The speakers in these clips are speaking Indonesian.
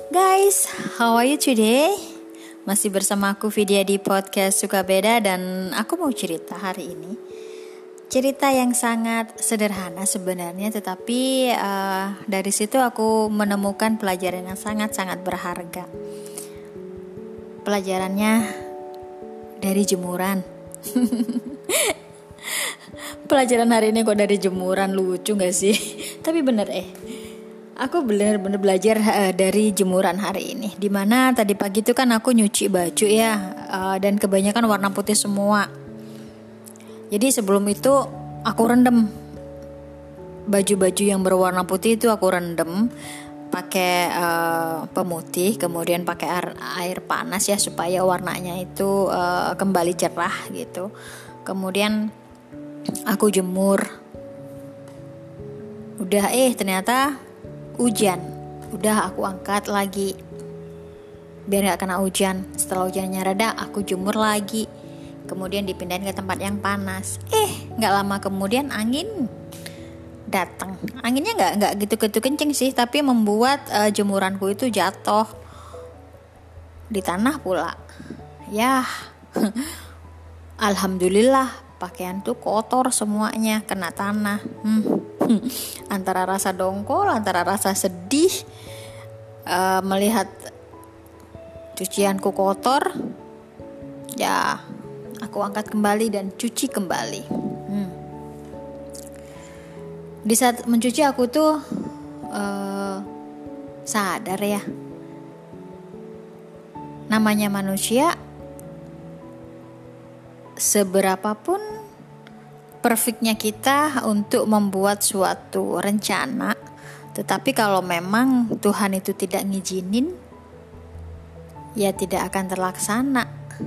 Guys, how are you today? Masih bersama aku Vidya di podcast Suka Beda dan aku mau cerita hari ini. Cerita yang sangat sederhana sebenarnya, tetapi dari situ aku menemukan pelajaran yang sangat-sangat berharga. Pelajarannya dari jemuran. Pelajaran hari ini kok dari jemuran, lucu gak sih? Tapi bener aku bener-bener belajar dari jemuran hari ini. Dimana tadi pagi itu kan aku nyuci baju ya, dan kebanyakan warna putih semua. Jadi sebelum itu aku rendam baju-baju yang berwarna putih, itu aku rendam pakai pemutih, kemudian pakai air panas ya supaya warnanya itu kembali cerah gitu. Kemudian aku jemur. Udah ternyata hujan. Udah aku angkat lagi biar gak kena hujan. Setelah hujannya reda, aku jemur lagi. Kemudian dipindahin ke tempat yang panas. Gak lama kemudian angin datang. Anginnya gak gitu-gitu kenceng sih, tapi membuat jemuranku itu jatuh di tanah pula. Yah, alhamdulillah pakaian tuh kotor semuanya, kena tanah. Antara rasa dongkol, antara rasa sedih melihat cucianku kotor. Ya, aku angkat kembali dan cuci kembali. Di saat mencuci aku tuh sadar ya, namanya manusia, seberapapun perfectnya kita untuk membuat suatu rencana, tetapi kalau memang Tuhan itu tidak ngizinin, ya tidak akan terlaksana.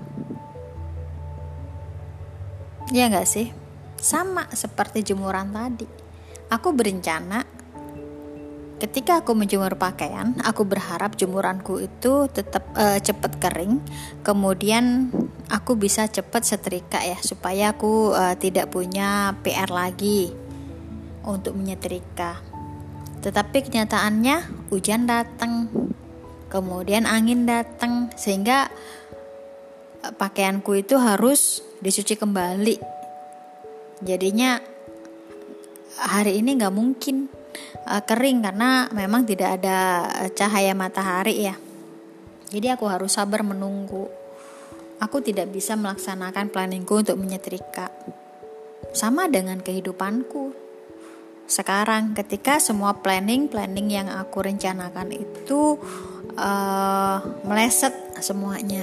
Ya gak sih? Sama seperti jemuran tadi. Aku berencana ketika aku menjemur pakaian, aku berharap jemuranku itu tetap cepat kering. Kemudian aku bisa cepat setrika ya, supaya aku tidak punya PR lagi untuk menyetrika. Tetapi kenyataannya hujan datang, kemudian angin datang, sehingga pakaianku itu harus dicuci kembali. Jadinya hari ini gak mungkin kering karena memang tidak ada cahaya matahari ya. Jadi aku harus sabar menunggu. Aku tidak bisa melaksanakan planningku untuk menyetrika. Sama dengan kehidupanku sekarang, ketika semua planning yang aku rencanakan itu meleset semuanya.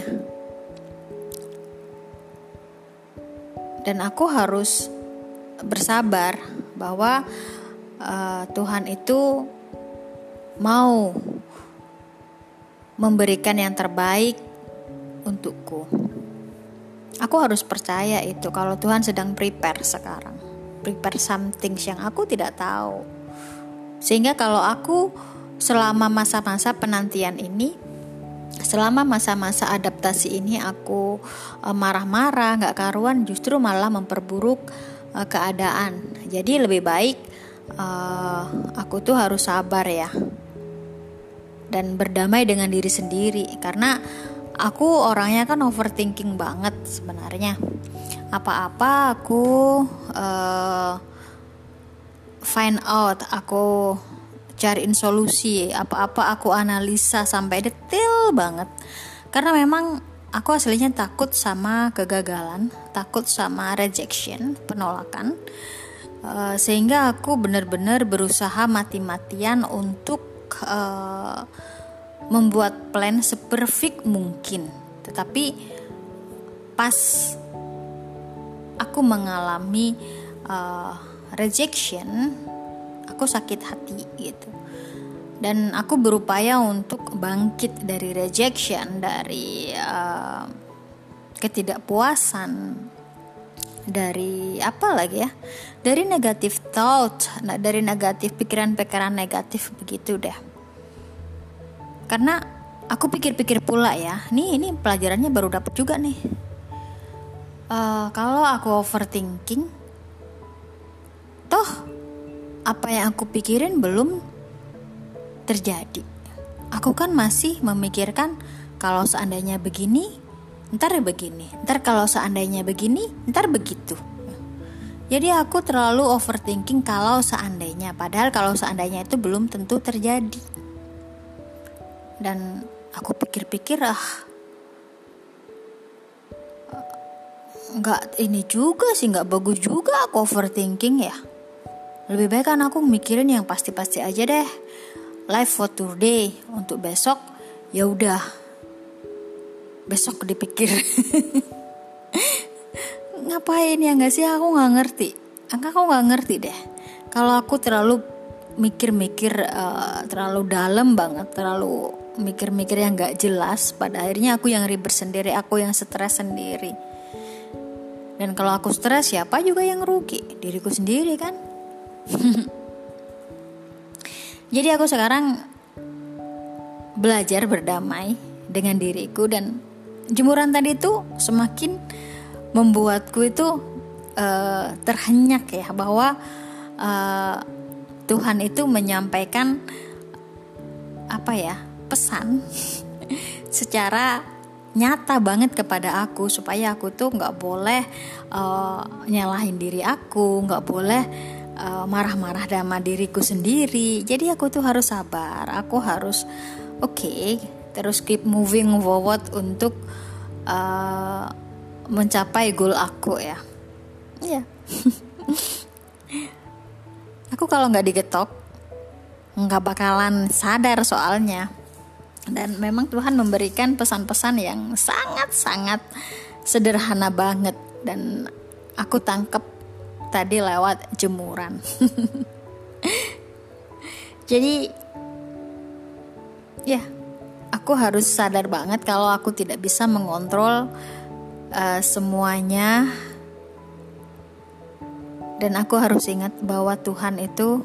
Dan aku harus bersabar bahwa Tuhan itu mau memberikan yang terbaik untukku. Aku harus percaya itu, kalau Tuhan sedang prepare sekarang, prepare something yang aku tidak tahu. Sehingga kalau aku selama masa-masa penantian ini, selama masa-masa adaptasi ini aku marah-marah, gak karuan, justru malah memperburuk keadaan. Jadi lebih baik aku tuh harus sabar ya, dan berdamai dengan diri sendiri. Karena aku orangnya kan overthinking banget sebenarnya. Apa-apa aku find out, aku cariin solusi, apa-apa aku analisa sampai detail banget. Karena memang aku aslinya takut sama kegagalan, takut sama rejection, penolakan. Sehingga aku benar-benar berusaha mati-matian untuk membuat plan seperfect mungkin. Tetapi pas aku mengalami rejection, aku sakit hati gitu. Dan aku berupaya untuk bangkit dari rejection, dari ketidakpuasan, dari apa lagi ya, dari negative thought, dari negatif pikiran-pikiran negatif begitu deh. Karena aku pikir-pikir pula ya, ini pelajarannya baru dapat juga nih. Kalau aku overthinking, toh apa yang aku pikirin belum terjadi. aku kan masih memikirkan kalau seandainya begini, ntar ya begini, ntar kalau seandainya begini, ntar begitu. Jadi aku terlalu overthinking kalau seandainya, padahal kalau seandainya itu belum tentu terjadi. Dan aku pikir-pikir, nggak ini juga sih, nggak bagus juga aku overthinking ya. Lebih baik kan aku mikirin yang pasti-pasti aja deh. Life for today, untuk besok ya udah besok dipikir. Ngapain ya nggak sih, aku nggak ngerti. Aku nggak ngerti deh. Kalau aku terlalu mikir-mikir terlalu dalam banget, terlalu mikir-mikir yang nggak jelas, pada akhirnya aku yang ribet sendiri, aku yang stres sendiri. Dan kalau aku stres, siapa juga yang rugi? Diriku sendiri kan. Jadi aku sekarang belajar berdamai dengan diriku, dan jemuran tadi itu semakin membuatku itu terhenyak ya, bahwa Tuhan itu menyampaikan pesan secara nyata banget kepada aku, supaya aku tuh nggak boleh nyalahin diri aku, nggak boleh marah-marah sama diriku sendiri. Jadi aku tuh harus sabar, aku harus terus keep moving forward untuk mencapai goal aku ya. Aku kalau nggak digetok nggak bakalan sadar soalnya. Dan memang Tuhan memberikan pesan-pesan yang sangat-sangat sederhana banget, dan aku tangkep tadi lewat jemuran. Jadi aku harus sadar banget kalau aku tidak bisa mengontrol semuanya, dan aku harus ingat bahwa Tuhan itu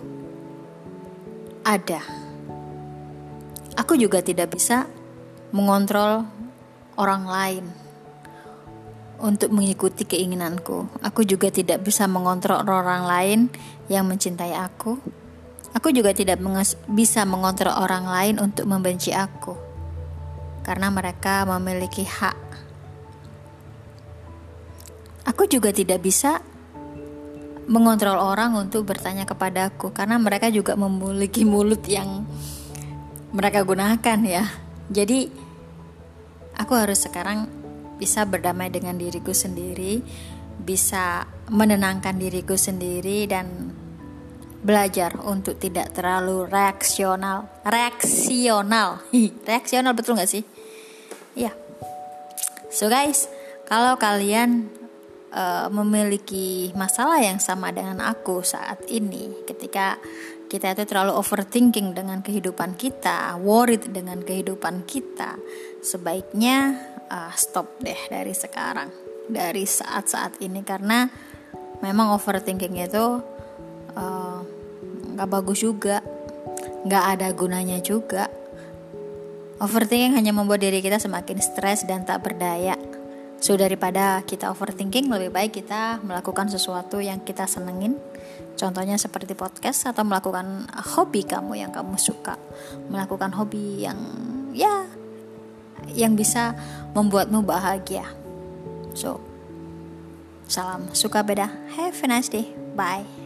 ada. Aku juga tidak bisa mengontrol orang lain untuk mengikuti keinginanku. Aku juga tidak bisa mengontrol orang lain yang mencintai aku. Aku juga tidak bisa mengontrol orang lain untuk membenci aku, karena mereka memiliki hak. Aku juga tidak bisa mengontrol orang untuk bertanya kepadaku, karena mereka juga memiliki mulut yang mereka gunakan ya. Jadi aku harus sekarang bisa berdamai dengan diriku sendiri, bisa menenangkan diriku sendiri, dan belajar untuk tidak terlalu reaksional. Reaksional betul gak sih? Ya. So guys, kalau kalian memiliki masalah yang sama dengan aku saat ini, ketika kita itu terlalu overthinking dengan kehidupan kita, worried dengan kehidupan kita, sebaiknya stop deh dari sekarang, dari saat-saat ini, karena memang overthinking itu gak bagus juga, gak ada gunanya juga. Overthinking hanya membuat diri kita semakin stres dan tak berdaya. So daripada kita overthinking, lebih baik kita melakukan sesuatu yang kita senengin. Contohnya seperti podcast, atau melakukan hobi kamu yang kamu suka, melakukan hobi yang bisa membuatmu bahagia. So, salam suka beda. Have a nice day. Bye.